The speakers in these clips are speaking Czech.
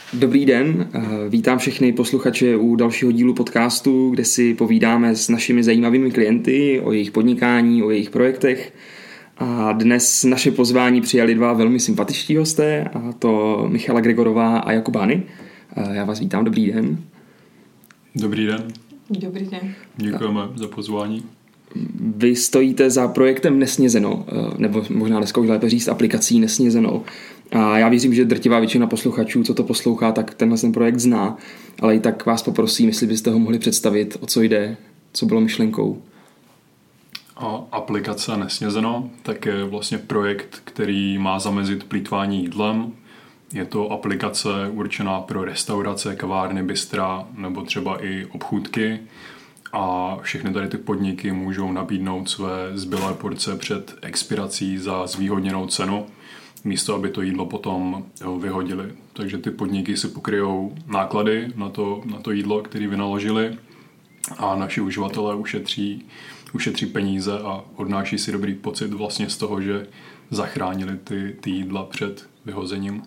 Dobrý den, vítám všechny posluchače u dalšího dílu podcastu, kde si povídáme s našimi zajímavými klienty o jejich podnikání, o jejich projektech. A dnes naše pozvání přijali dva velmi sympatičtí hosté, a to Michala Gregorová a Jakub Hany. Já vás vítám, dobrý den. Dobrý den. Dobrý den. Děkujeme za pozvání. Vy stojíte za projektem Nesnězeno, nebo možná dneska už lépe říct aplikací Nesnězeno. A já věřím, že drtivá většina posluchačů, co to poslouchá, tak tenhle ten projekt zná. Ale i tak vás poprosím, jestli byste ho mohli představit, o co jde, co bylo myšlenkou. Aplikace Nesnězeno, tak je vlastně projekt, který má zamezit plýtvání jídlem. Je to aplikace určená pro restaurace, kavárny, bystra nebo třeba i obchůdky. A všechny tady ty podniky můžou nabídnout své zbylé porce před expirací za zvýhodněnou cenu, místo aby to jídlo potom vyhodili. Takže ty podniky si pokryjou náklady na to jídlo, které vynaložili, a naši uživatelé ušetří peníze a odnáší si dobrý pocit vlastně z toho, že zachránili ty jídla před vyhozením.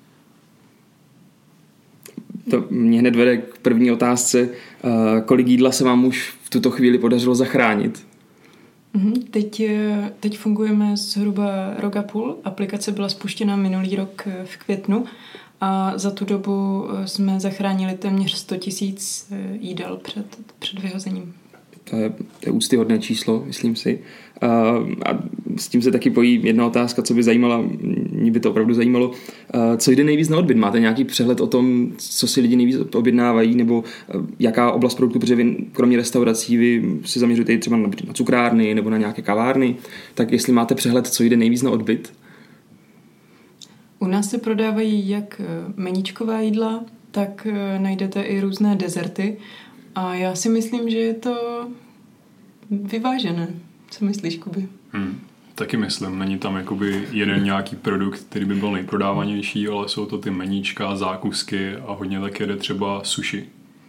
To mě hned vede k první otázce. Kolik jídla se vám už v tuto chvíli podařilo zachránit? Teď fungujeme zhruba rok a půl. Aplikace byla spuštěna minulý rok v květnu a za tu dobu jsme zachránili téměř 100 000 jídel před vyhozením. To je úctyhodné číslo, myslím si. A s tím se taky pojí jedna otázka, co by zajímala, mě by to opravdu zajímalo. Co jde nejvíc na odbyt? Máte nějaký přehled o tom, co si lidi nejvíc objednávají, nebo jaká oblast produktu, protože vy kromě restaurací vy se zaměřujete třeba na cukrárny nebo na nějaké kavárny, tak jestli máte přehled, co jde nejvíc na odbyt? U nás se prodávají jak meníčková jídla, tak najdete i různé dezerty. A já si myslím, že je to vyvážené. Co myslíš, Kuby? Taky myslím. Není tam jakoby jeden nějaký produkt, který by byl nejprodávanější, ale jsou to ty meníčka, zákusky a hodně tak jede třeba sushi.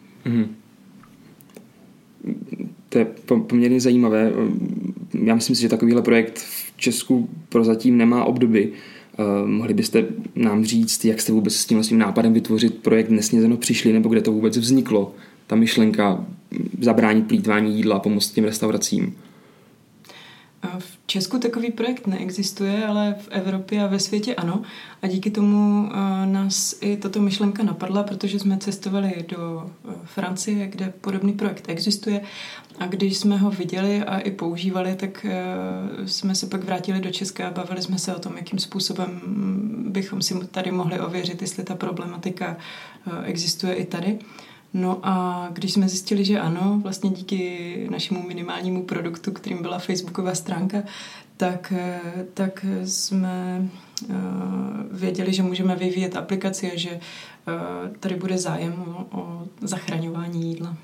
To je poměrně zajímavé. Já myslím si, že takovýhle projekt v Česku prozatím nemá obdoby. Mohli byste nám říct, jak jste vůbec s tímhle svým nápadem vytvořit projekt Nesnězeno přišli, nebo kde to vůbec vzniklo? Ta myšlenka zabránit plýtvání jídla, pomoct těm restauracím. V Česku takový projekt neexistuje, ale v Evropě a ve světě ano. A díky tomu nás i tato myšlenka napadla, protože jsme cestovali do Francie, kde podobný projekt existuje. A když jsme ho viděli a i používali, tak jsme se pak vrátili do Česka a bavili jsme se o tom, jakým způsobem bychom si tady mohli ověřit, jestli ta problematika existuje i tady. No a když jsme zjistili, že ano, vlastně díky našemu minimálnímu produktu, kterým byla facebooková stránka, tak jsme věděli, že můžeme vyvíjet aplikaci a že tady bude zájem o zachraňování jídla.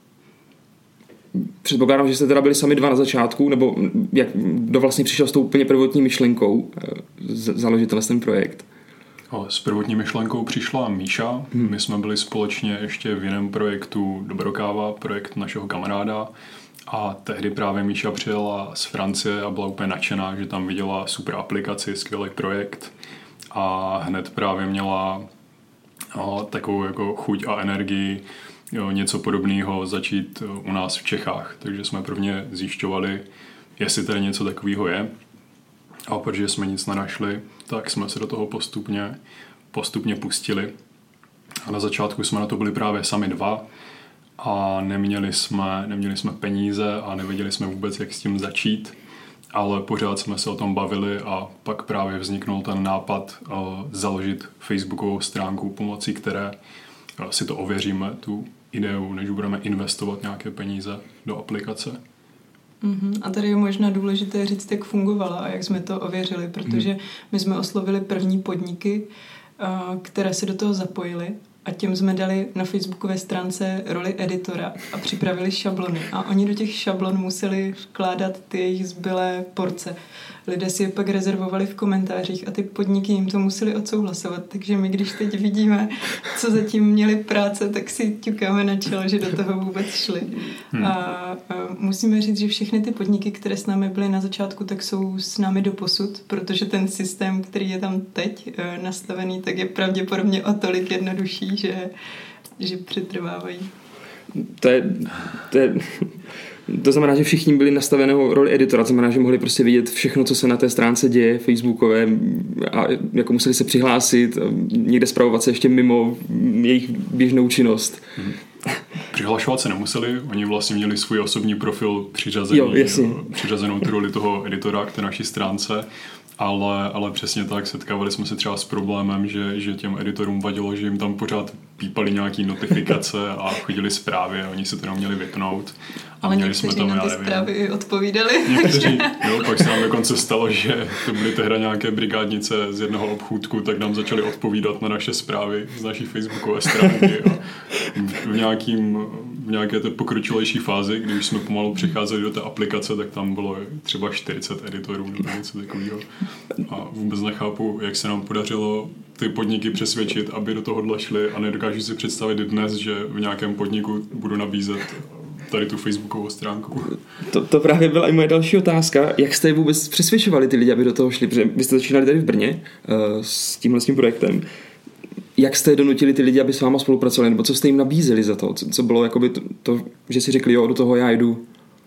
Předpokládám, že jste teda byli sami dva na začátku, nebo kdo vlastně přišel s tou úplně prvotní myšlenkou založit ten projekt? S prvotní myšlenkou přišla Míša. My jsme byli společně ještě v jiném projektu Dobrokáva, projekt našeho kamaráda. A tehdy právě Míša přijela z Francie a byla úplně nadšená, že tam viděla super aplikaci, skvělý projekt. A hned právě měla takovou jako chuť a energii něco podobného začít u nás v Čechách. Takže jsme prvně zjišťovali, jestli tady něco takového je. A protože jsme nic nenašli, tak jsme se do toho postupně pustili. A na začátku jsme na to byli právě sami dva a neměli jsme peníze a nevěděli jsme vůbec, jak s tím začít, ale pořád jsme se o tom bavili a pak právě vzniknul ten nápad založit facebookovou stránku, pomocí které si to ověříme, tu ideu, než budeme investovat nějaké peníze do aplikace. A tady je možná důležité říct, jak fungovala a jak jsme to ověřili, protože my jsme oslovili první podniky, které se do toho zapojily a a těm jsme dali na facebookové stránce roli editora a připravili šablony. A oni do těch šablon museli vkládat ty jejich zbylé porce. Lidé si je pak rezervovali v komentářích a ty podniky jim to museli odsouhlasovat. Takže my, když teď vidíme, co zatím měli práce, tak si ťukáme na čelo, že do toho vůbec šli. A musíme říct, že všechny ty podniky, které s námi byly na začátku, tak jsou s námi doposud, protože ten systém, který je tam teď nastavený, tak je pravděpodobně o tolik jednodušší, že přetrvávají. To znamená, že všichni byli nastavenou roli editora, to znamená, že mohli prostě vidět všechno, co se na té stránce děje, facebookové, a jako museli se přihlásit, někde spravovat se ještě mimo jejich běžnou činnost. Přihlašovat se nemuseli, oni vlastně měli svůj osobní profil přiřazenou tu roli toho editora k té naší stránce, ale přesně tak, setkávali jsme se třeba s problémem, že těm editorům vadilo, že jim tam pořád pípaly nějaký notifikace a chodili zprávy a oni se to neměli vypnout. Ale někteří na ty zprávy i odpovídali. Někteří, pak se nám dokonce stalo, že to byly tehda nějaké brigádnice z jednoho obchůdku, tak nám začali odpovídat na naše zprávy z naší facebookové stránky a v nějaké té pokročilejší fázi, když jsme pomalu přecházeli do té aplikace, tak tam bylo třeba 40 editorů nebo něco takového. A vůbec nechápu, jak se nám podařilo ty podniky přesvědčit, aby do tohohle šli, a nedokážu si představit dnes, že v nějakém podniku budu nabízet tady tu facebookovou stránku. To právě byla i moje další otázka. Jak jste vůbec přesvědčovali ty lidi, aby do toho šli? Protože vy jste začínali tady v Brně s tímhle projektem. Jak jste donutili ty lidi, aby s váma spolupracovali? Nebo co jste jim nabízeli za to? Co bylo jakoby to, že si řekli, jo, do toho já jdu?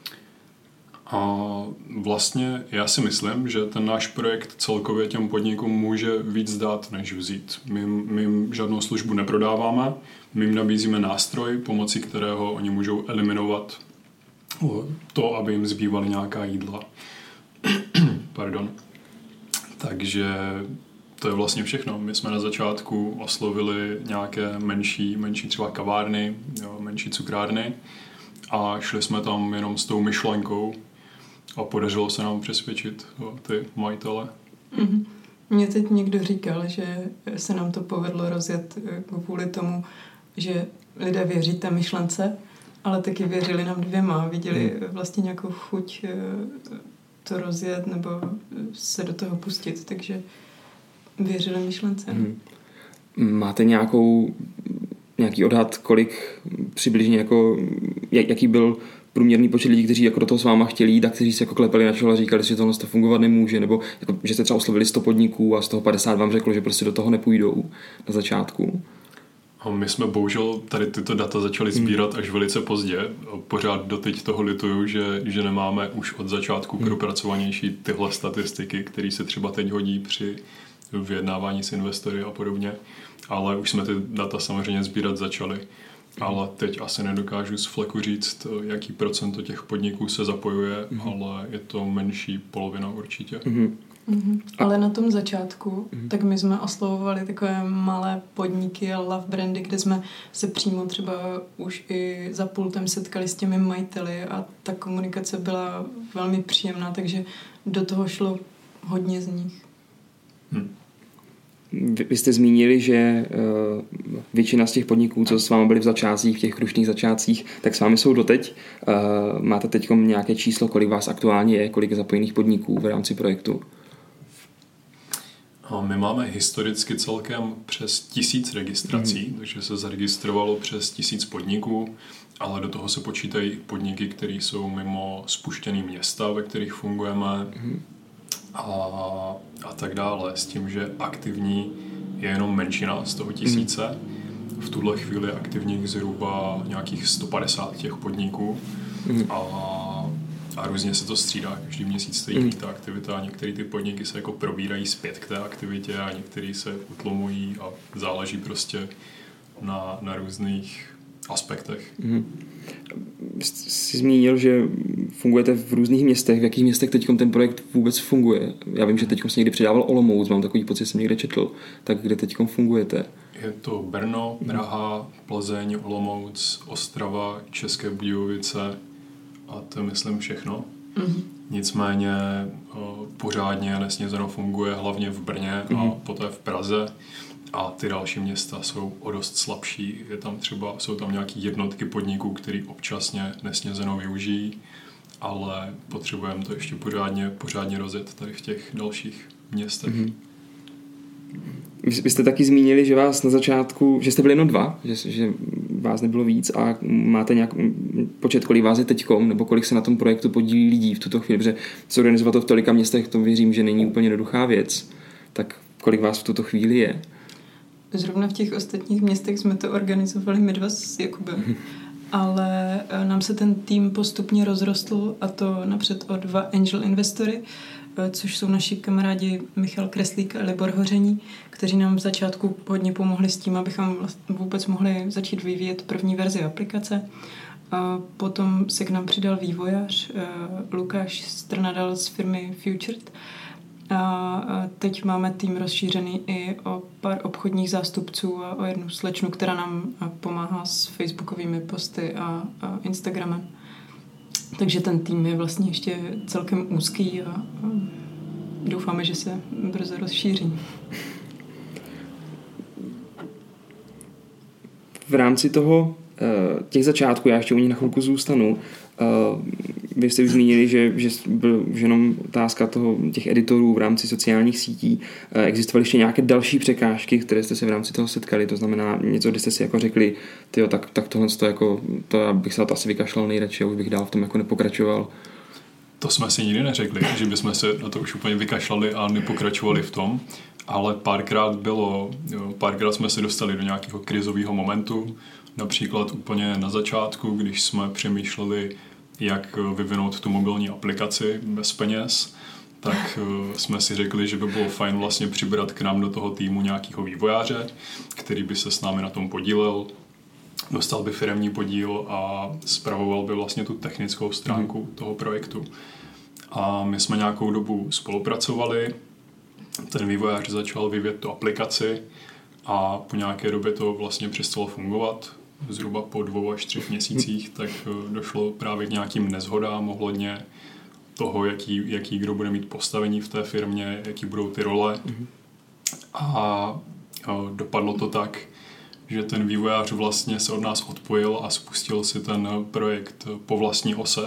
A vlastně já si myslím, že ten náš projekt celkově těm podnikům může víc dát, než vzít. My jim žádnou službu neprodáváme, my jim nabízíme nástroj, pomocí kterého oni můžou eliminovat to, aby jim zbývaly nějaká jídla. Pardon. Takže to je vlastně všechno. My jsme na začátku oslovili nějaké menší třeba kavárny, menší cukrárny a šli jsme tam jenom s tou myšlenkou a podařilo se nám přesvědčit ty majitele. Mm-hmm. Mně teď někdo říkal, že se nám to povedlo rozjet kvůli tomu, že lidé věří té myšlence, ale taky věřili nám dvěma. Viděli vlastně nějakou chuť to rozjet nebo se do toho pustit, takže věřili myšlence. Máte nějaký odhad, kolik přibližně jaký byl průměrný počet lidí, kteří jako do toho s váma chtěli jít a kteří se jako klepali na čelo a říkali, že tohle to fungovat nemůže, nebo jako, že jste třeba oslovili 100 podniků a z toho 50 vám řeklo, že prostě do toho nepůjdou na začátku? A my jsme bohužel tady tyto data začali sbírat až velice pozdě. Pořád doteď toho lituju, že nemáme už od začátku propracovanější tyhle statistiky, které se třeba teď hodí při vyjednávání s investory a podobně. Ale už jsme ty data samozřejmě sbírat začali. Ale teď asi nedokážu z fleku říct, jaký procento těch podniků se zapojuje, ale je to menší polovina určitě. Ale na tom začátku, tak my jsme oslovovali takové malé podniky a love brandy, kde jsme se přímo třeba už i za pultem setkali s těmi majiteli a ta komunikace byla velmi příjemná, takže do toho šlo hodně z nich. Vy jste zmínili, že většina z těch podniků, co s vámi byli v začátcích, v těch krušných začátcích, tak s vámi jsou doteď. Máte teď nějaké číslo, kolik vás aktuálně je, kolik je zapojených podniků v rámci projektu? My máme historicky celkem přes 1000 registrací, takže se zaregistrovalo přes 1000 podniků, ale do toho se počítají podniky, které jsou mimo spuštěný města, ve kterých fungujeme, a tak dále, s tím, že aktivní je jenom menšina z toho 1000. V tuhle chvíli je aktivních zhruba nějakých 150 těch podniků a různě se to střídá. Každý měsíc stojí ta aktivita a některé ty podniky se jako probírají zpět k té aktivitě a některé se utlomují a záleží prostě na různých aspektech. Jsi zmínil, že fungujete v různých městech. V jakých městech teď ten projekt vůbec funguje? Já vím, že teď se někdy přidával Olomouc, mám takový pocit, jsem někde četl. Tak kde teď fungujete? Je to Brno, Praha, Plzeň, Olomouc, Ostrava, České Budějovice a to je, myslím, všechno. Nicméně pořádně nesnězeno funguje hlavně v Brně a poté v Praze. a ty další města jsou o dost slabší. Jsou tam nějaký jednotky podniků, který občasně nesnězeno využijí, ale potřebujeme to ještě pořádně rozjet tady v těch dalších městech. Mm-hmm. Vy jste taky zmínili, že vás na začátku, že jste byli jenom 2, že vás nebylo víc a máte nějak počet, kolik vás je teďkom, nebo kolik se na tom projektu podílí lidí v tuto chvíli, protože zorganizovat to v tolika městech, to věřím, že není úplně jednoduchá věc. Tak kolik vás v tuto chvíli je? Zrovna v těch ostatních městech jsme to organizovali my 2 s Jakubem, ale nám se ten tým postupně rozrostl, a to napřed o 2 angel investory, což jsou naši kamarádi Michal Kreslík a Libor Hoření, kteří nám v začátku hodně pomohli s tím, abychom vůbec mohli začít vyvíjet první verzi aplikace. A potom se k nám přidal vývojář Lukáš Strnadal z firmy Futured. A teď máme tým rozšířený i o pár obchodních zástupců a o jednu slečnu, která nám pomáhá s facebookovými posty a Instagramem. Takže ten tým je vlastně ještě celkem úzký a doufáme, že se brzo rozšíří. V rámci těch začátků, já ještě u nich na chvilku zůstanu, vy jste už zmínili, že byl už jenom otázka těch editorů v rámci sociálních sítí. Existovaly ještě nějaké další překážky, které jste se v rámci toho setkali? To znamená něco, kdy jste si jako řekli, tyjo, tak tohle to já bych se na to asi vykašlal nejradši a už bych dál v tom jako nepokračoval. To jsme si nikdy neřekli, že bychom se na to už úplně vykašlali a nepokračovali v tom, ale párkrát jsme se dostali do nějakého krizového momentu, například úplně na začátku, když jsme přemýšleli, jak vyvinout tu mobilní aplikaci bez peněz, tak jsme si řekli, že by bylo fajn vlastně přibrat k nám do toho týmu nějakého vývojáře, který by se s námi na tom podílel, dostal by firemní podíl a spravoval by vlastně tu technickou stránku toho projektu. A my jsme nějakou dobu spolupracovali, ten vývojář začal vyvíjet tu aplikaci a po nějaké době to vlastně přestalo fungovat. Zhruba po 2 až 3 měsících, tak došlo právě k nějakým neshodám ohledně toho, jaký kdo bude mít postavení v té firmě, jaký budou ty role. A dopadlo to tak, že ten vývojář vlastně se od nás odpojil a spustil si ten projekt po vlastní ose.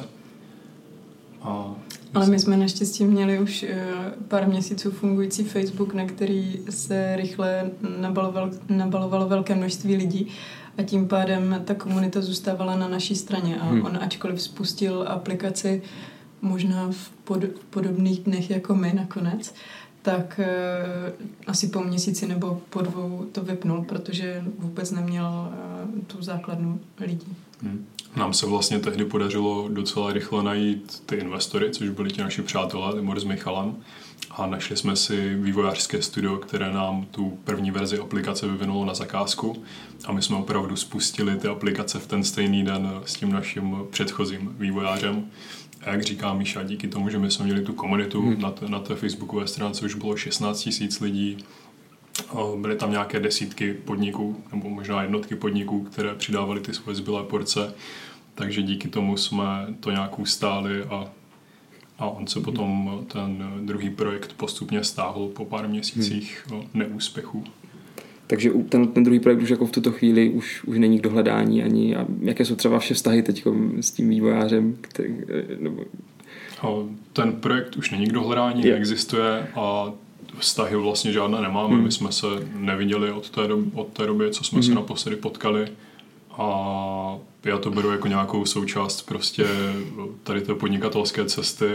Ale my jsme naštěstí měli už pár měsíců fungující Facebook, na který se rychle nabalovalo velké množství lidí a tím pádem ta komunita zůstávala na naší straně a on ačkoliv spustil aplikaci možná v podobných dnech jako my nakonec, tak asi po měsíci nebo po 2 to vypnul, protože vůbec neměl tu základnu lidí. Nám se vlastně tehdy podařilo docela rychle najít ty investory, což byli ti naši přátelé, Timur s Michalem, a našli jsme si vývojářské studio, které nám tu první verzi aplikace vyvinulo na zakázku a my jsme opravdu spustili ty aplikace v ten stejný den s tím naším předchozím vývojářem. A jak říká Míša, díky tomu, že my jsme měli tu komunitu na té facebookové stránce, už bylo 16 000 lidí, byly tam nějaké desítky podniků, nebo možná jednotky podniků, které přidávaly ty svoje zbylé porce, takže díky tomu jsme to nějak ustáli a on se potom ten druhý projekt postupně stáhl po pár měsících neúspěchů. Takže ten druhý projekt už jako v tuto chvíli už není k dohledání ani. A jaké jsou třeba vaše vztahy teď s tím vývojářem? Ten projekt už není k dohledání, neexistuje a vztahy vlastně žádné nemáme. My jsme se neviděli od té doby, co jsme se naposledy potkali. A já to beru jako nějakou součást prostě tady té podnikatelské cesty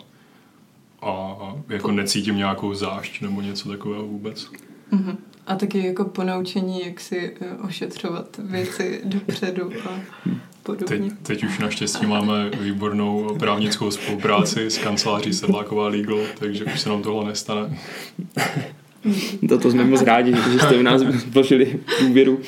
a jako necítím nějakou zášť nebo něco takového vůbec. A taky jako ponaučení, jak si ošetřovat věci dopředu a podobně. Teď už naštěstí máme výbornou právnickou spolupráci s kanceláří Sedláková Legal, takže už se nám tohle nestane. To jsme moc rádi, že jste v nás vložili důvěru.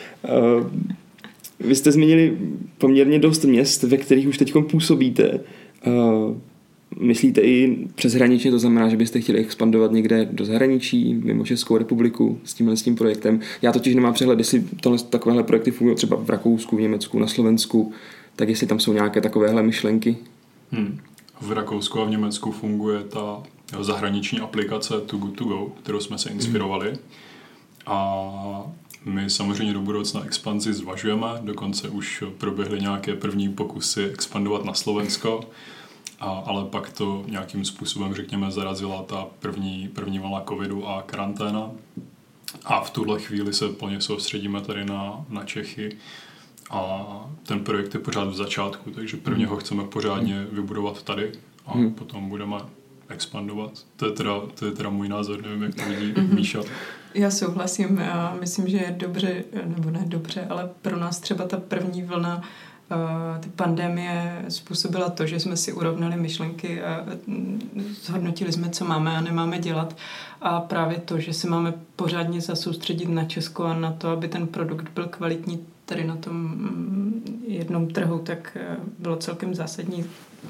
Vy jste zmínili poměrně dost měst, ve kterých už teď působíte. Myslíte i přeshraničně, to znamená, že byste chtěli expandovat někde do zahraničí, mimo Českou republiku s tím projektem? Já totiž nemám přehled, jestli takovéhle projekty fungují třeba v Rakousku, v Německu, na Slovensku, tak jestli tam jsou nějaké takovéhle myšlenky. V Rakousku a v Německu funguje ta zahraniční aplikace Too Good To Go, kterou jsme se inspirovali. A my samozřejmě do budoucna expanzi zvažujeme, dokonce už proběhly nějaké první pokusy expandovat na Slovensko, ale pak to nějakým způsobem, řekněme, zarazila ta první vlna covidu a karanténa. A v tuhle chvíli se plně soustředíme tady na Čechy a ten projekt je pořád v začátku, takže prvně ho chceme pořádně vybudovat tady a potom budeme expandovat. To je teda můj názor, nevím, jak to vidí Míša. Já souhlasím, já myslím, že je dobře, nebo ne dobře, ale pro nás třeba ta první vlna ty pandemie způsobila to, že jsme si urovnali myšlenky a zhodnotili jsme, co máme a nemáme dělat. A právě to, že se máme pořádně zasoustředit na Česko a na to, aby ten produkt byl kvalitní tady na tom jednom trhu, tak bylo celkem zásadní.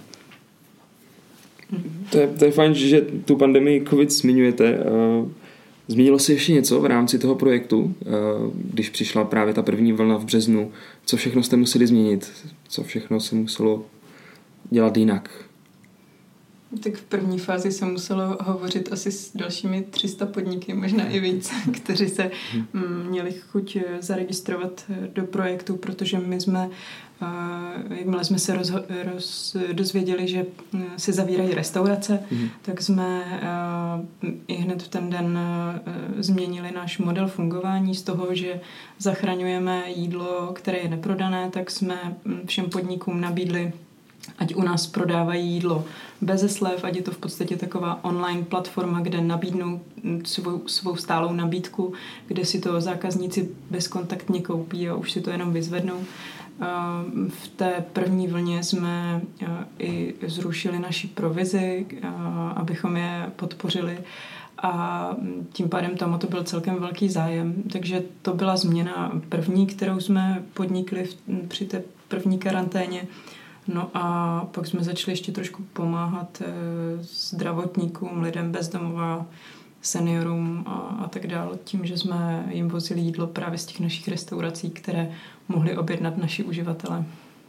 To je fajn, že tu pandemii COVID zmiňujete. Změnilo se ještě něco v rámci toho projektu, když přišla právě ta první vlna v březnu? Co všechno jste museli změnit? Co všechno se muselo dělat jinak? Tak v první fázi se muselo hovořit asi s dalšími 300 podniky, možná i víc, kteří se měli chuť zaregistrovat do projektu, protože my jsme, jakmile jsme se dozvěděli, že se zavírají restaurace, tak jsme i hned v ten den změnili náš model fungování z toho, že zachraňujeme jídlo, které je neprodané, tak jsme všem podnikům nabídli, ať u nás prodávají jídlo beze slev, ať je to v podstatě taková online platforma, kde nabídnou svou stálou nabídku, kde si to zákazníci bezkontaktně koupí a už si to jenom vyzvednou. V té první vlně jsme i zrušili naši provizi, abychom je podpořili a tím pádem tam o to byl celkem velký zájem. Takže to byla změna první, kterou jsme podnikli při té první karanténě. No a pak jsme začali ještě trošku pomáhat zdravotníkům, lidem bez domova, seniorům a tak dále, tím, že jsme jim vozili jídlo právě z těch našich restaurací, které mohli objednat naši uživatelé.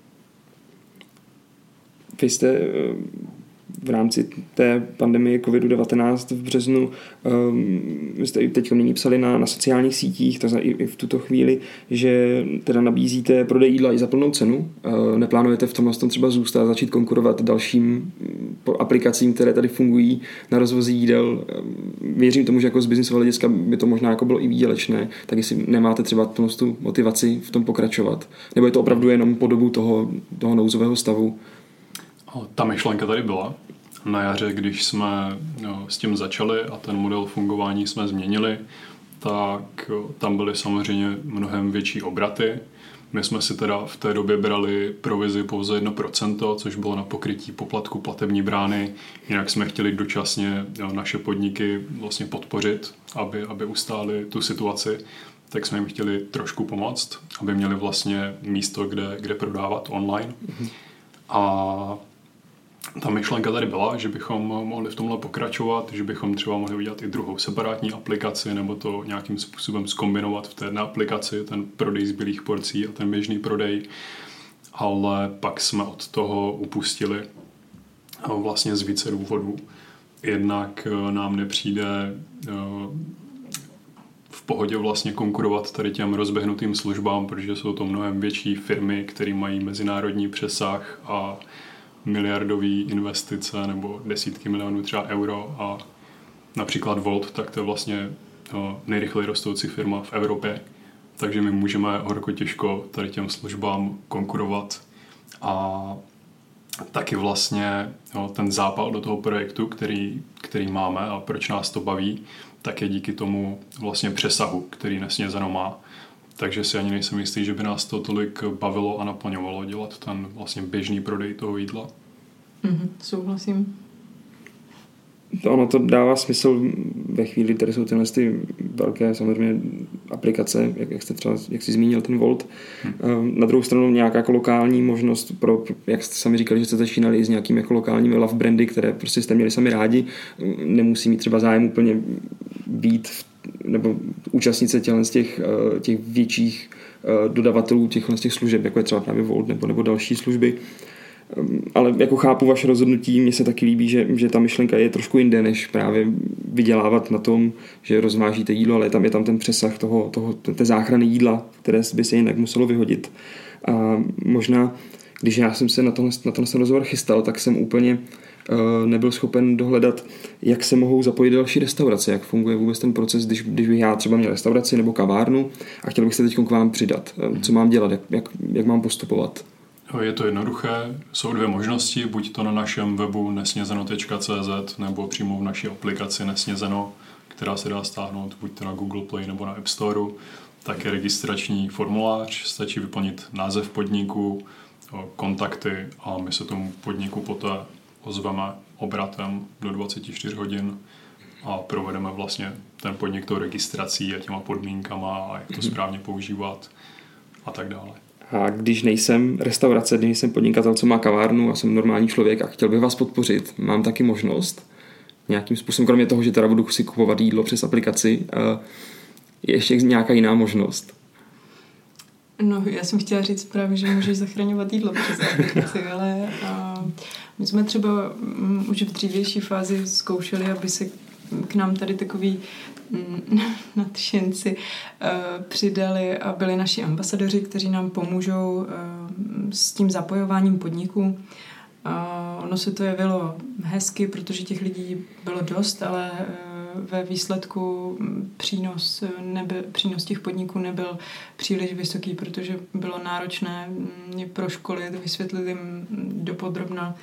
Vy jste v rámci té pandemie COVID-19 v březnu, vy jste teď nyní psali na sociálních sítích, takže i v tuto chvíli, že teda nabízíte prodej jídla i za plnou cenu. Neplánujete v tomhle třeba zůstat a začít konkurovat dalším aplikacím, které tady fungují na rozvoz jídel. Věřím tomu, že jako z biznisového hlediska by to možná jako bylo i výdělečné, tak jestli nemáte třeba tu motivaci v tom pokračovat. Nebo je to opravdu jenom po dobu toho nouzového stavu? Ta myšlenka tady byla. Na jaře, když jsme s tím začali a ten model fungování jsme změnili, tak tam byly samozřejmě mnohem větší obraty. My jsme si teda v té době brali provizi pouze 1%, což bylo na pokrytí poplatku platební brány. Jinak jsme chtěli dočasně naše podniky vlastně podpořit, aby ustáli tu situaci. Tak jsme jim chtěli trošku pomoct, aby měli vlastně místo, kde prodávat online. A ta myšlenka tady byla, že bychom mohli v tomhle pokračovat, že bychom třeba mohli udělat i druhou separátní aplikaci nebo to nějakým způsobem zkombinovat v té jedné aplikaci, ten prodej zbylých porcí a ten běžný prodej. Ale pak jsme od toho upustili vlastně z více důvodů. Jednak nám nepřijde v pohodě vlastně konkurovat tady těm rozběhnutým službám, protože jsou to mnohem větší firmy, které mají mezinárodní přesah a miliardové investice nebo desítky milionů třeba euro a například Wolt, tak to je vlastně nejrychleji rostoucí firma v Evropě, takže my můžeme horko těžko tady těm službám konkurovat a taky vlastně ten zápal do toho projektu, který máme a proč nás to baví, tak je díky tomu vlastně přesahu, který Nesnězeno má. Takže si ani nejsem jistý, že by nás to tolik bavilo a naplňovalo dělat ten vlastně běžný prodej toho jídla. Souhlasím. Ono to dává smysl ve chvíli, které jsou tyhle velké samozřejmě aplikace, jak jsi zmínil ten Wolt. Na druhou stranu nějaká jako lokální možnost pro, jak jste sami říkali, že jste začínali s nějakými jako lokálními love brandy, které prostě jste měli sami rádi, nemusí mít třeba zájem úplně být nebo účastnit se těch větších dodavatelů těch služeb, jako je třeba právě Wolt nebo další služby. Ale jako chápu vaše rozhodnutí, mně se taky líbí, že ta myšlenka je trošku jinde, než právě vydělávat na tom, že rozvážíte jídlo, ale je tam ten přesah té záchrany jídla, které by se jinak muselo vyhodit. A možná, když já jsem se na ten rozhovor chystal, tak jsem úplně nebyl schopen dohledat, jak se mohou zapojit další restaurace, jak funguje vůbec ten proces, když bych já třeba měl restauraci nebo kavárnu a chtěl bych se teď k vám přidat. Co mám dělat, jak mám postupovat? Je to jednoduché, jsou dvě možnosti, buď to na našem webu nesnězeno.cz nebo přímo v naší aplikaci Nesnězeno, která se dá stáhnout buď to na Google Play nebo na App Store. Tak je registrační formulář, stačí vyplnit název podniku, kontakty a my se tomu podniku poté ozveme obratem do 24 hodin a provedeme vlastně ten podnik tou registrací a těma podmínkama a jak to správně používat a tak dále. A když nejsem restaurace, když nejsem podnikatel, co má kavárnu a jsem normální člověk a chtěl bych vás podpořit, mám taky možnost nějakým způsobem, kromě toho, že teda budu si kupovat jídlo přes aplikaci, je ještě nějaká jiná možnost? No, já jsem chtěla říct právě, že můžeš zachraňovat jídlo přes aplikaci, ale my jsme třeba už v dřívější fázi zkoušeli, aby se k nám tady takový nadšenci přidali a byli naši ambasadoři, kteří nám pomůžou s tím zapojováním podniků. Ono se to jevilo hezky, protože těch lidí bylo dost, ale ve výsledku přínos těch podniků nebyl příliš vysoký, protože bylo náročné je proškolit, vysvětlit jim dopodrobna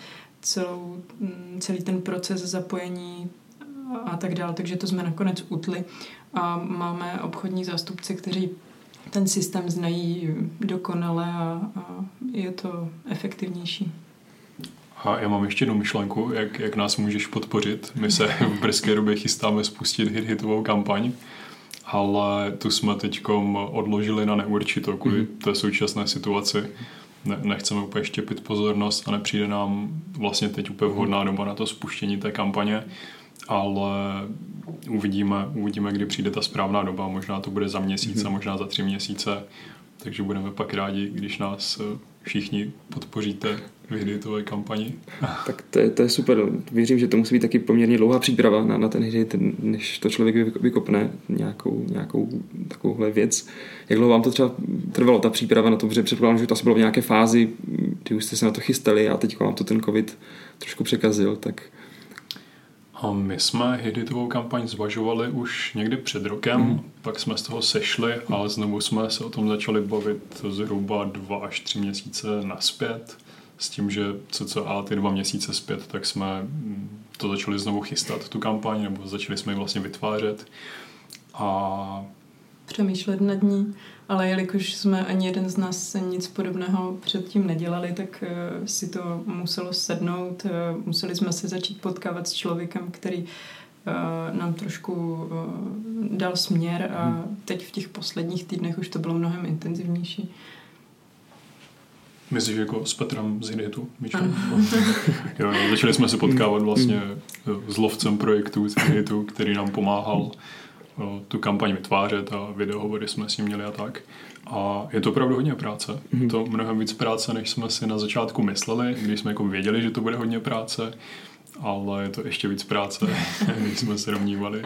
celý ten proces zapojení a tak dále, takže to jsme nakonec utli a máme obchodní zástupce, kteří ten systém znají dokonale a je to efektivnější. A já mám ještě jednu myšlenku, jak nás můžeš podpořit. My se v brzké době chystáme spustit hitovou kampaň, ale tu jsme teďkom odložili na neurčito kvůli té současné situaci. Nechceme úplně štěpit pozornost a nepřijde nám vlastně teď úplně vhodná doba na to spuštění té kampaně, ale uvidíme, kdy přijde ta správná doba. Možná to bude za měsíc a možná za 3 měsíce. Takže budeme pak rádi, když nás všichni podpoříte v hitové kampani. Tak to je super. Věřím, že to musí být taky poměrně dlouhá příprava na ten hit, než to člověk vykopne nějakou takovouhle věc. Jak dlouho vám to třeba trvalo, ta příprava na to, protože předpokládám, že to asi bylo v nějaké fázi, kdy už jste se na to chystali a teď vám to ten covid trošku překazil, tak... A my jsme hitovou kampaň zvažovali už někdy před rokem, pak jsme z toho sešli, ale znovu jsme se o tom začali bavit zhruba 2 až 3 měsíce nazpět, s tím, že cca ty 2 měsíce zpět, tak jsme to začali znovu chystat, tu kampaň, nebo začali jsme ji vlastně vytvářet a přemýšlet nad ní, ale jelikož jsme ani jeden z nás nic podobného předtím nedělali, tak si to muselo sednout. Museli jsme se začít potkávat s člověkem, který nám trošku dal směr a teď v těch posledních týdnech už to bylo mnohem intenzivnější. Myslíš jako s Petrem z Hitu? Jo, začali jsme se potkávat vlastně s lovcem projektů z Hitu, který nám pomáhal tu kampaň vytvářet a videohovory jsme s ním měli a tak. A je to opravdu hodně práce. To mnohem víc práce, než jsme si na začátku mysleli, když jsme jako věděli, že to bude hodně práce, ale je to ještě víc práce, než jsme se domnívali.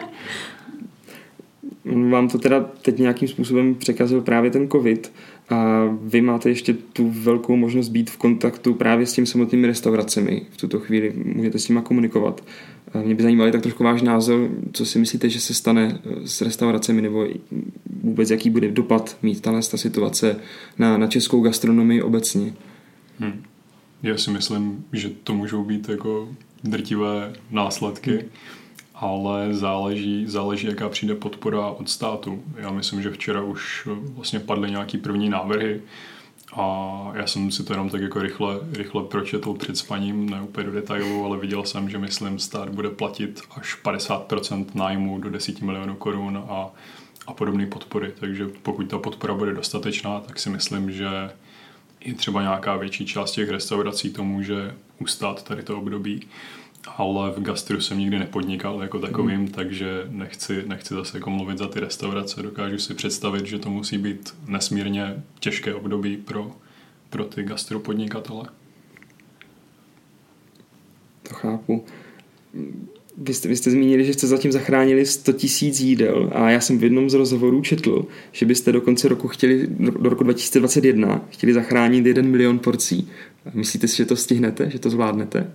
Vám to teda teď nějakým způsobem překazil právě ten covid a vy máte ještě tu velkou možnost být v kontaktu právě s těmi samotnými restauracemi. V tuto chvíli můžete s nimi komunikovat. Mě by zajímal tak trošku váš názor, co si myslíte, že se stane s restauracemi nebo vůbec jaký bude dopad mít ta situace na českou gastronomii obecně. Já si myslím, že to můžou být jako drtivé následky, ale záleží, jaká přijde podpora od státu. Já myslím, že včera už vlastně padly nějaký první návrhy a já jsem si to jenom tak jako rychle pročetl před spaním, ne úplně do detailu, ale viděl jsem, že myslím, stát bude platit až 50% nájmu do 10 milionů korun a podobné podpory. Takže pokud ta podpora bude dostatečná, tak si myslím, že i třeba nějaká větší část těch restaurací to může ustát tady to období. Ale v gastru jsem nikdy nepodnikal jako takovým, takže nechci zase jako mluvit za ty restaurace. Dokážu si představit, že to musí být nesmírně těžké období pro ty gastropodnikatele. To chápu. Vy jste zmínili, že jste zatím zachránili 100 000 jídel a já jsem v jednom z rozhovorů četl, že byste do konce roku do roku 2021 chtěli zachránit 1 milion porcí. Myslíte si, že to stihnete, že to zvládnete?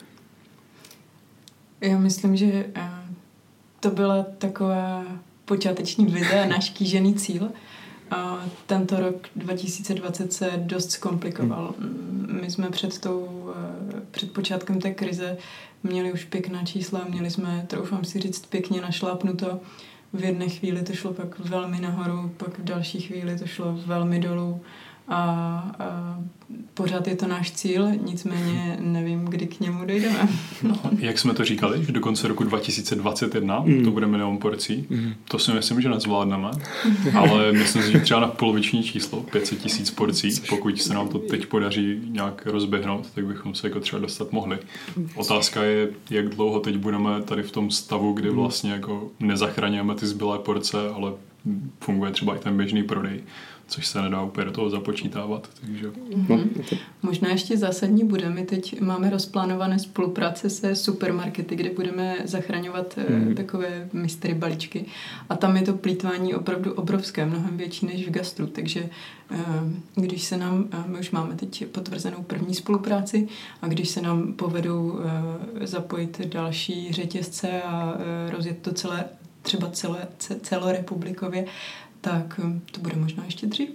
Já myslím, že to byla taková počáteční vize a náš kýžený cíl. A tento rok 2020 se dost zkomplikoval. My jsme před počátkem té krize měli už pěkná čísla, měli jsme, troufám si říct, pěkně našlápnuto. V jedné chvíli to šlo pak velmi nahoru, pak v další chvíli to šlo velmi dolů a pořád je to náš cíl, nicméně nevím, kdy k němu dojdeme. No, jak jsme to říkali, že do konce roku 2021 to bude milion porcí, to si myslím, že nezvládneme, ale myslím si, že třeba na poloviční číslo, 500 000 porcí, pokud se nám to teď podaří nějak rozběhnout, tak bychom se jako třeba dostat mohli. Otázka je, jak dlouho teď budeme tady v tom stavu, kdy vlastně jako nezachraňujeme ty zbylé porce, ale funguje třeba i ten běžný prodej, což se nedá úplně do toho započítávat. Takže... Možná ještě zásadní bude. My teď máme rozplánované spolupráce se supermarkety, kde budeme zachraňovat takové mystery balíčky. A tam je to plýtvání opravdu obrovské, mnohem větší než v gastru. Takže když se nám, my už máme teď potvrzenou první spolupráci, a když se nám povedou zapojit další řetězce a rozjet to celé, třeba celorepublikově, tak to bude možná ještě dřív.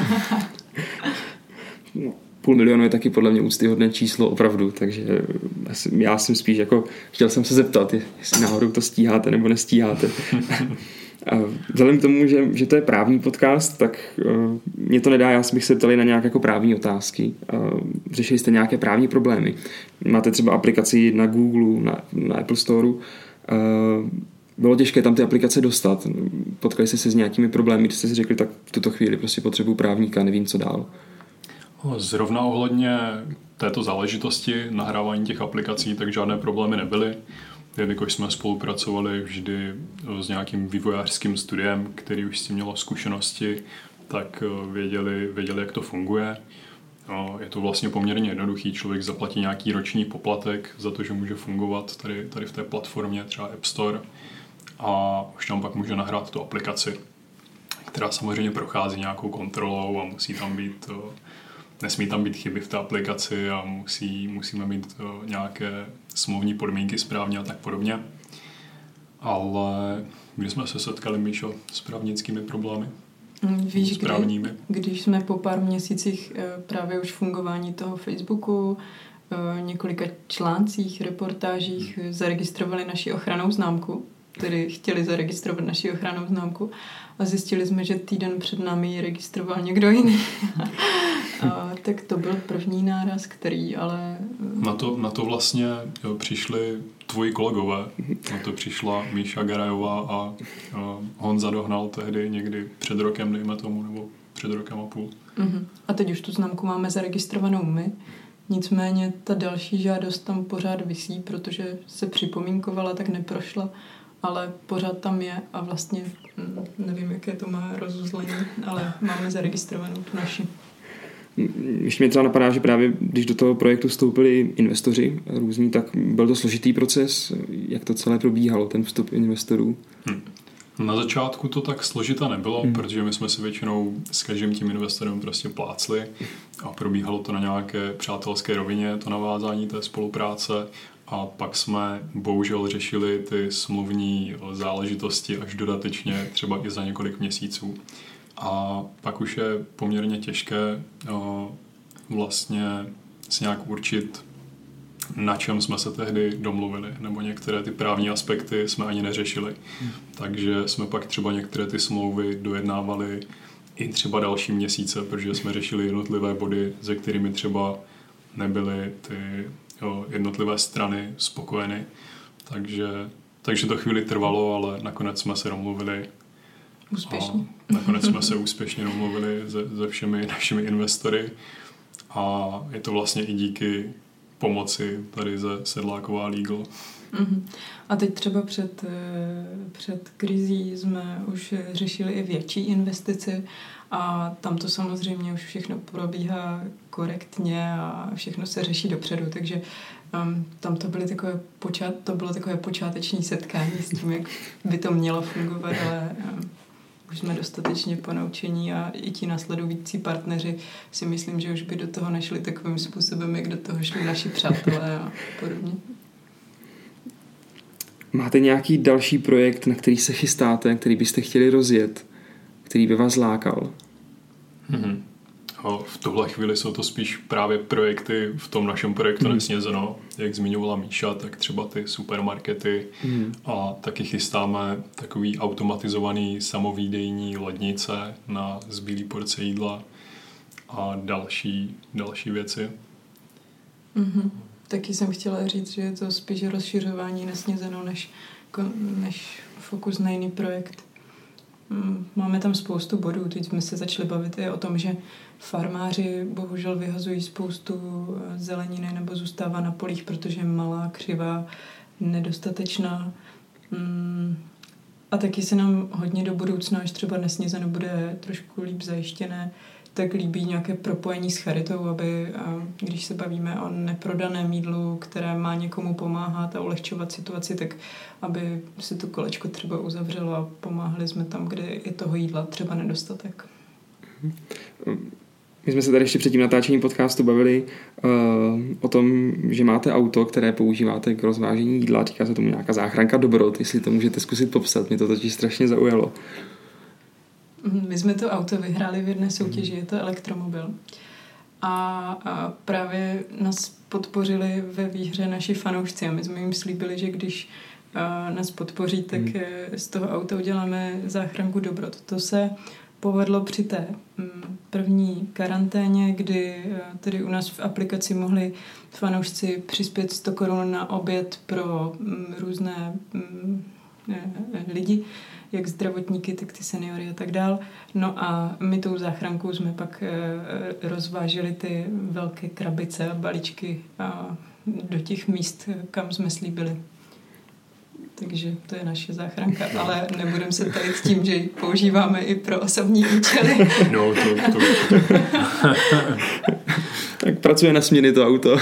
500 000 je taky podle mě úctyhodné číslo opravdu, takže já jsem spíš jako, chtěl jsem se zeptat, jestli náhodou to stíháte nebo nestíháte. A vzhledem k tomu, že to je právní podcast, tak mě to nedá, já bych se ptali na nějaké jako právní otázky. Řešili jste nějaké právní problémy. Máte třeba aplikaci na Google, na Apple Store. Bylo těžké tam ty aplikace dostat. Potkali jste se s nějakými problémy, když jste si řekli, tak v tuto chvíli prostě potřebuji právníka, nevím, co dál. Zrovna ohledně této záležitosti nahrávání těch aplikací, tak žádné problémy nebyly. Jelikož jsme spolupracovali vždy s nějakým vývojářským studiem, který už s tím mělo zkušenosti, tak věděli, jak to funguje. Je to vlastně poměrně jednoduchý. Člověk zaplatí nějaký roční poplatek za to, že může fungovat tady v té platformě, třeba App Store, a už tam pak může nahrát tu aplikaci, která samozřejmě prochází nějakou kontrolou a nesmí tam být chyby v té aplikaci a musíme mít nějaké smluvní podmínky správně a tak podobně. Ale když jsme se setkali, Míšo, s právnickými problémy? Víš, když jsme po pár měsících právě už fungování toho Facebooku, několika článcích, reportážích zaregistrovali naši ochrannou známku, tedy chtěli zaregistrovat naši ochrannou známku a zjistili jsme, že týden před námi ji registroval někdo jiný. Tak to byl první náraz, který ale... Na to vlastně přišli tvoji kolegové. Na to přišla Míša Garajová a Honza Dohnal tehdy někdy před rokem, dejme tomu, nebo před rokem a půl. A teď už tu známku máme zaregistrovanou my. Nicméně ta další žádost tam pořád visí, protože se připomínkovala, tak neprošla, ale pořád tam je a vlastně nevím, jaké to má rozuzlení, ale máme zaregistrovanou tu naši. Ještě mě třeba napadá, že právě když do toho projektu vstoupili investoři různí, tak byl to složitý proces. Jak to celé probíhalo, ten vstup investorů? Na začátku to tak složité nebylo, protože my jsme si většinou s každým tím investorem prostě plácli a probíhalo to na nějaké přátelské rovině, to navázání té spolupráce, a pak jsme bohužel řešili ty smluvní záležitosti až dodatečně, třeba i za několik měsíců. A pak už je poměrně těžké vlastně si nějak určit, na čem jsme se tehdy domluvili, nebo některé ty právní aspekty jsme ani neřešili. Takže jsme pak třeba některé ty smlouvy dojednávali i třeba další měsíce, protože jsme řešili jednotlivé body, se kterými třeba nebyly ty jednotlivé strany spokojeny. Takže to chvíli trvalo, ale nakonec jsme se domluvili. Úspěšně. Nakonec jsme se úspěšně domluvili se všemi našimi investory a je to vlastně i díky pomoci tady ze Sedláková Legal. A teď třeba před krizí jsme už řešili i větší investici A tam to samozřejmě už všechno probíhá korektně a všechno se řeší dopředu, takže tam to bylo takové počáteční setkání s tím, jak by to mělo fungovat, ale už jsme dostatečně ponaučení a i ti následující partneři si myslím, že už by do toho nešli takovým způsobem, jak do toho šli naši přátelé a podobně. Máte nějaký další projekt, na který se chystáte, který byste chtěli rozjet, který by vás lákal? V tuhle chvíli jsou to spíš právě projekty v tom našem projektu Nesnězeno, jak zmiňovala Míša, tak třeba ty supermarkety a taky chystáme takový automatizovaný samovýdejní lednice na zbylý porce jídla a další věci. Taky jsem chtěla říct, že je to spíš rozšiřování Nesnězeno než fokus na jiný projekt. Máme tam spoustu bodů. Teď jsme se začali bavit i o tom, že farmáři bohužel vyhazují spoustu zeleniny nebo zůstává na polích, protože je malá, křivá, nedostatečná. A taky se nám hodně do budoucna, až třeba Nesnězeno bude trošku líp zajištěné, tak líbí nějaké propojení s charitou, aby, když se bavíme o neprodaném jídlu, které má někomu pomáhat a ulehčovat situaci, tak aby se to kolečko třeba uzavřelo a pomáhali jsme tam, kde je toho jídla třeba nedostatek. My jsme se tady ještě před tím natáčením podcastu bavili o tom, že máte auto, které používáte k rozvážení jídla, říká se tomu nějaká záchranka dobrot, jestli to můžete zkusit popsat, mě to totiž strašně zaujalo. My jsme to auto vyhráli v jedné soutěži, je to elektromobil. A právě nás podpořili ve výhře naši fanoušci a my jsme jim slíbili, že když nás podpoří, tak z toho auta uděláme záchranku dobrot. To se povedlo při té první karanténě, kdy tedy u nás v aplikaci mohli fanoušci přispět 100 korun na oběd pro různé lidi, jak zdravotníky, tak ty seniory a tak dál. No a my tou záchrankou jsme pak rozváželi ty velké krabice a balíčky do těch míst, kam jsme slíbili. Takže to je naše záchranka, ale nebudeme se tady s tím, že ji používáme i pro osobní účely. No, to Tak pracuje na směny to auto.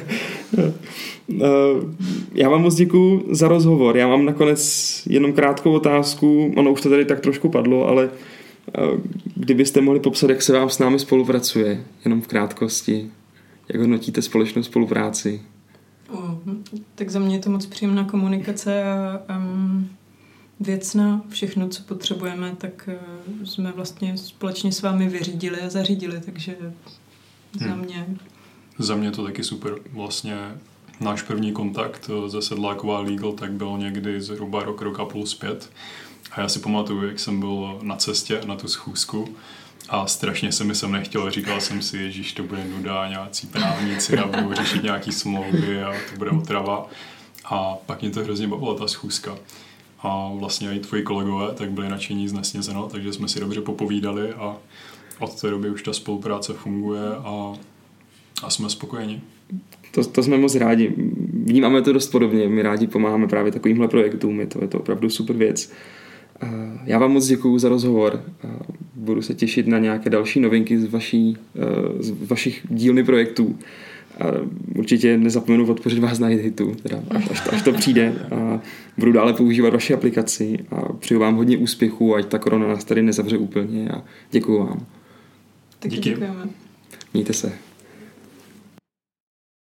Já vám moc děkuju za rozhovor. Já mám nakonec jenom krátkou otázku, ono už to tady tak trošku padlo, ale kdybyste mohli popsat, jak se vám s námi spolupracuje, jenom v krátkosti, jak hodnotíte společnou spolupráci? Tak za mě je to moc příjemná komunikace a věcná. Všechno, co potřebujeme, tak jsme vlastně společně s vámi vyřídili a zařídili, takže za mě... Za mě to taky super. Vlastně náš první kontakt ze Sedláková Legal tak byl někdy zhruba rok a půl zpět. A já si pamatuju, jak jsem byl na cestě na tu schůzku a strašně se mi sem nechtělo. Říkal jsem si, ježíš, to bude nuda, nějací právníci a budou řešit nějaký smlouvy a to bude otrava. A pak mě to hrozně bavila ta schůzka. A vlastně i tvoji kolegové tak byli nadšení z Nesnězeno, takže jsme si dobře popovídali a od té doby už ta spolupráce funguje a jsme spokojeni. To jsme moc rádi. Vnímáme to dost podobně. My rádi pomáháme právě takovýmhle projektům. Je to opravdu super věc. Já vám moc děkuju za rozhovor. Budu se těšit na nějaké další novinky z vašich dílny projektů. Určitě nezapomenu podpořit vás na HitHitu, teda až to přijde. A budu dále používat vaši aplikaci a přeju vám hodně úspěchů, ať ta korona nás tady nezavře úplně. A děkuju vám. Taky děkujeme. Mějte se.